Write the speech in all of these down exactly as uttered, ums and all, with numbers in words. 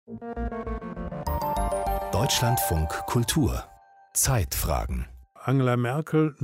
Deutschlandfunk Kultur Zeitfragen. Angela Merkel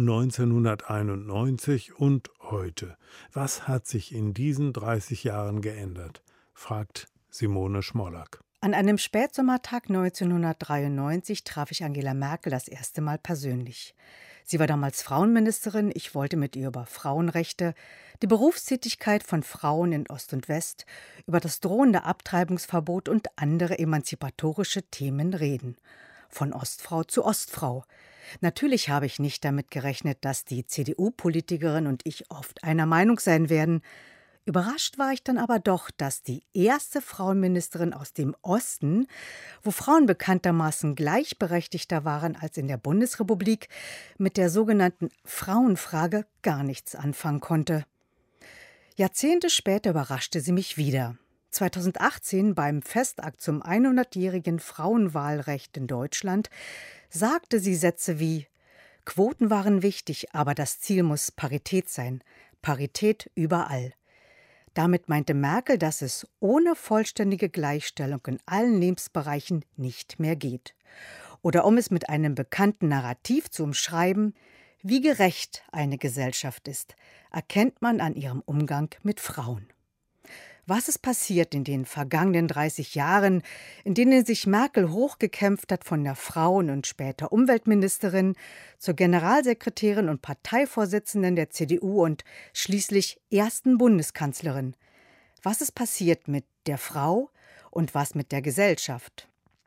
neunzehnhunderteinundneunzig und heute. Was hat sich in diesen dreißig Jahren geändert? Fragt Simone Schmollack. An einem Spätsommertag neunzehnhundertdreiundneunzig traf ich Angela Merkel das erste Mal persönlich. Sie war damals Frauenministerin, ich wollte mit ihr über Frauenrechte, die Berufstätigkeit von Frauen in Ost und West, über das drohende Abtreibungsverbot und andere emanzipatorische Themen reden. Von Ostfrau zu Ostfrau. Natürlich habe ich nicht damit gerechnet, dass die C D U-Politikerin und ich oft einer Meinung sein werden. Überrascht war ich dann aber doch, dass die erste Frauenministerin aus dem Osten, wo Frauen bekanntermaßen gleichberechtigter waren als in der Bundesrepublik, mit der sogenannten Frauenfrage gar nichts anfangen konnte. Jahrzehnte später überraschte sie mich wieder. zweitausendachtzehn beim Festakt zum hundertjährigen Frauenwahlrecht in Deutschland sagte sie Sätze wie: Quoten waren wichtig, aber das Ziel muss Parität sein. Parität überall. Damit meinte Merkel, dass es ohne vollständige Gleichstellung in allen Lebensbereichen nicht mehr geht. Oder um es mit einem bekannten Narrativ zu umschreiben: Wie gerecht eine Gesellschaft ist, erkennt man an ihrem Umgang mit Frauen. Was ist passiert in den vergangenen dreißig Jahren, in denen sich Merkel hochgekämpft hat von der Frauen- und später Umweltministerin zur Generalsekretärin und Parteivorsitzenden der C D U und schließlich ersten Bundeskanzlerin? Was ist passiert mit der Frau und was mit der Gesellschaft?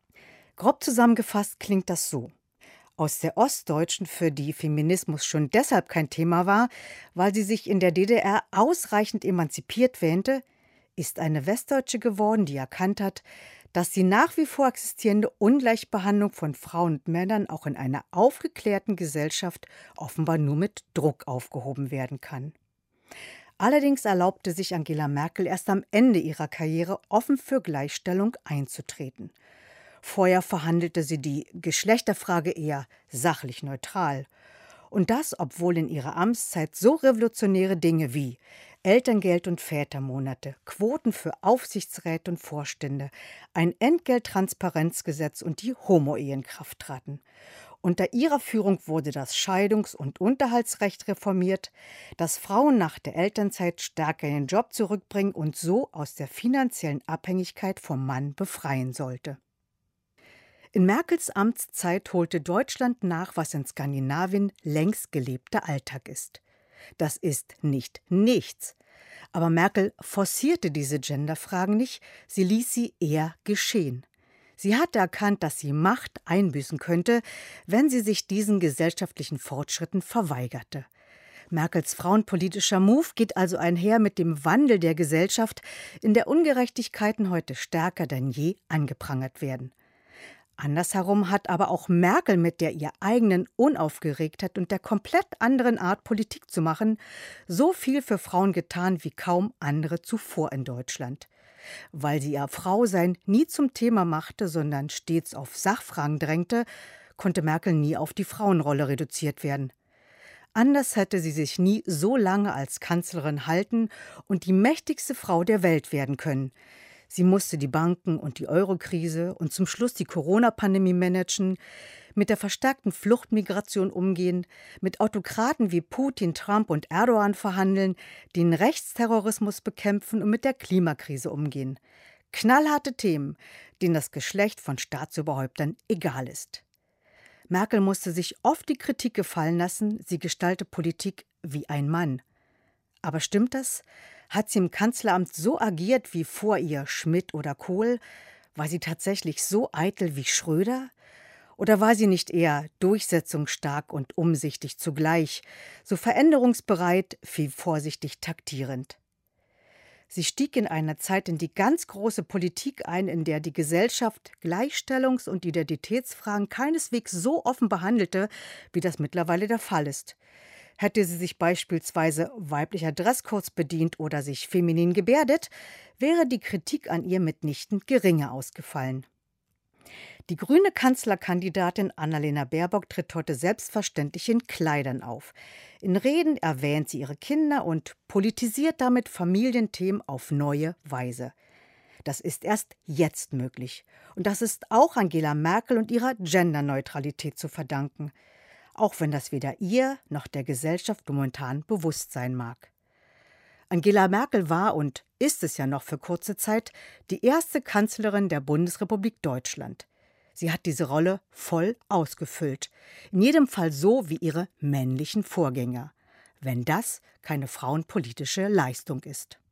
Grob zusammengefasst klingt das so. Aus der Ostdeutschen, für die Feminismus schon deshalb kein Thema war, weil sie sich in der D D R ausreichend emanzipiert wähnte, ist eine Westdeutsche geworden, die erkannt hat, dass die nach wie vor existierende Ungleichbehandlung von Frauen und Männern auch in einer aufgeklärten Gesellschaft offenbar nur mit Druck aufgehoben werden kann. Allerdings erlaubte sich Angela Merkel erst am Ende ihrer Karriere offen für Gleichstellung einzutreten. Vorher verhandelte sie die Geschlechterfrage eher sachlich neutral. Und das, obwohl in ihrer Amtszeit so revolutionäre Dinge wie Elterngeld und Vätermonate, Quoten für Aufsichtsräte und Vorstände, ein Entgelttransparenzgesetz und die Homo-Ehe in Kraft traten. Unter ihrer Führung wurde das Scheidungs- und Unterhaltsrecht reformiert, das Frauen nach der Elternzeit stärker in den Job zurückbringen und so aus der finanziellen Abhängigkeit vom Mann befreien sollte. In Merkels Amtszeit holte Deutschland nach, was in Skandinavien längst gelebter Alltag ist. Das ist nicht nichts. Aber Merkel forcierte diese Genderfragen nicht, sie ließ sie eher geschehen. Sie hatte erkannt, dass sie Macht einbüßen könnte, wenn sie sich diesen gesellschaftlichen Fortschritten verweigerte. Merkels frauenpolitischer Move geht also einher mit dem Wandel der Gesellschaft, in der Ungerechtigkeiten heute stärker denn je angeprangert werden. Andersherum hat aber auch Merkel mit der ihr eigenen Unaufgeregtheit und der komplett anderen Art, Politik zu machen, so viel für Frauen getan wie kaum andere zuvor in Deutschland. Weil sie ihr Frausein nie zum Thema machte, sondern stets auf Sachfragen drängte, konnte Merkel nie auf die Frauenrolle reduziert werden. Anders hätte sie sich nie so lange als Kanzlerin halten und die mächtigste Frau der Welt werden können. Sie musste die Banken und die Eurokrise und zum Schluss die Corona-Pandemie managen, mit der verstärkten Fluchtmigration umgehen, mit Autokraten wie Putin, Trump und Erdogan verhandeln, den Rechtsterrorismus bekämpfen und mit der Klimakrise umgehen. Knallharte Themen, denen das Geschlecht von Staatsoberhäuptern egal ist. Merkel musste sich oft die Kritik gefallen lassen, sie gestalte Politik wie ein Mann. Aber stimmt das? Hat sie im Kanzleramt so agiert wie vor ihr Schmidt oder Kohl? War sie tatsächlich so eitel wie Schröder? Oder war sie nicht eher durchsetzungsstark und umsichtig zugleich, so veränderungsbereit wie vorsichtig taktierend? Sie stieg in einer Zeit in die ganz große Politik ein, in der die Gesellschaft Gleichstellungs- und Identitätsfragen keineswegs so offen behandelte, wie das mittlerweile der Fall ist. Hätte sie sich beispielsweise weiblicher Dresscodes bedient oder sich feminin gebärdet, wäre die Kritik an ihr mitnichten geringer ausgefallen. Die grüne Kanzlerkandidatin Annalena Baerbock tritt heute selbstverständlich in Kleidern auf. In Reden erwähnt sie ihre Kinder und politisiert damit Familienthemen auf neue Weise. Das ist erst jetzt möglich. Und das ist auch Angela Merkel und ihrer Genderneutralität zu verdanken. Auch wenn das weder ihr noch der Gesellschaft momentan bewusst sein mag. Angela Merkel war und ist es ja noch für kurze Zeit die erste Kanzlerin der Bundesrepublik Deutschland. Sie hat diese Rolle voll ausgefüllt. In jedem Fall so wie ihre männlichen Vorgänger. Wenn das keine frauenpolitische Leistung ist.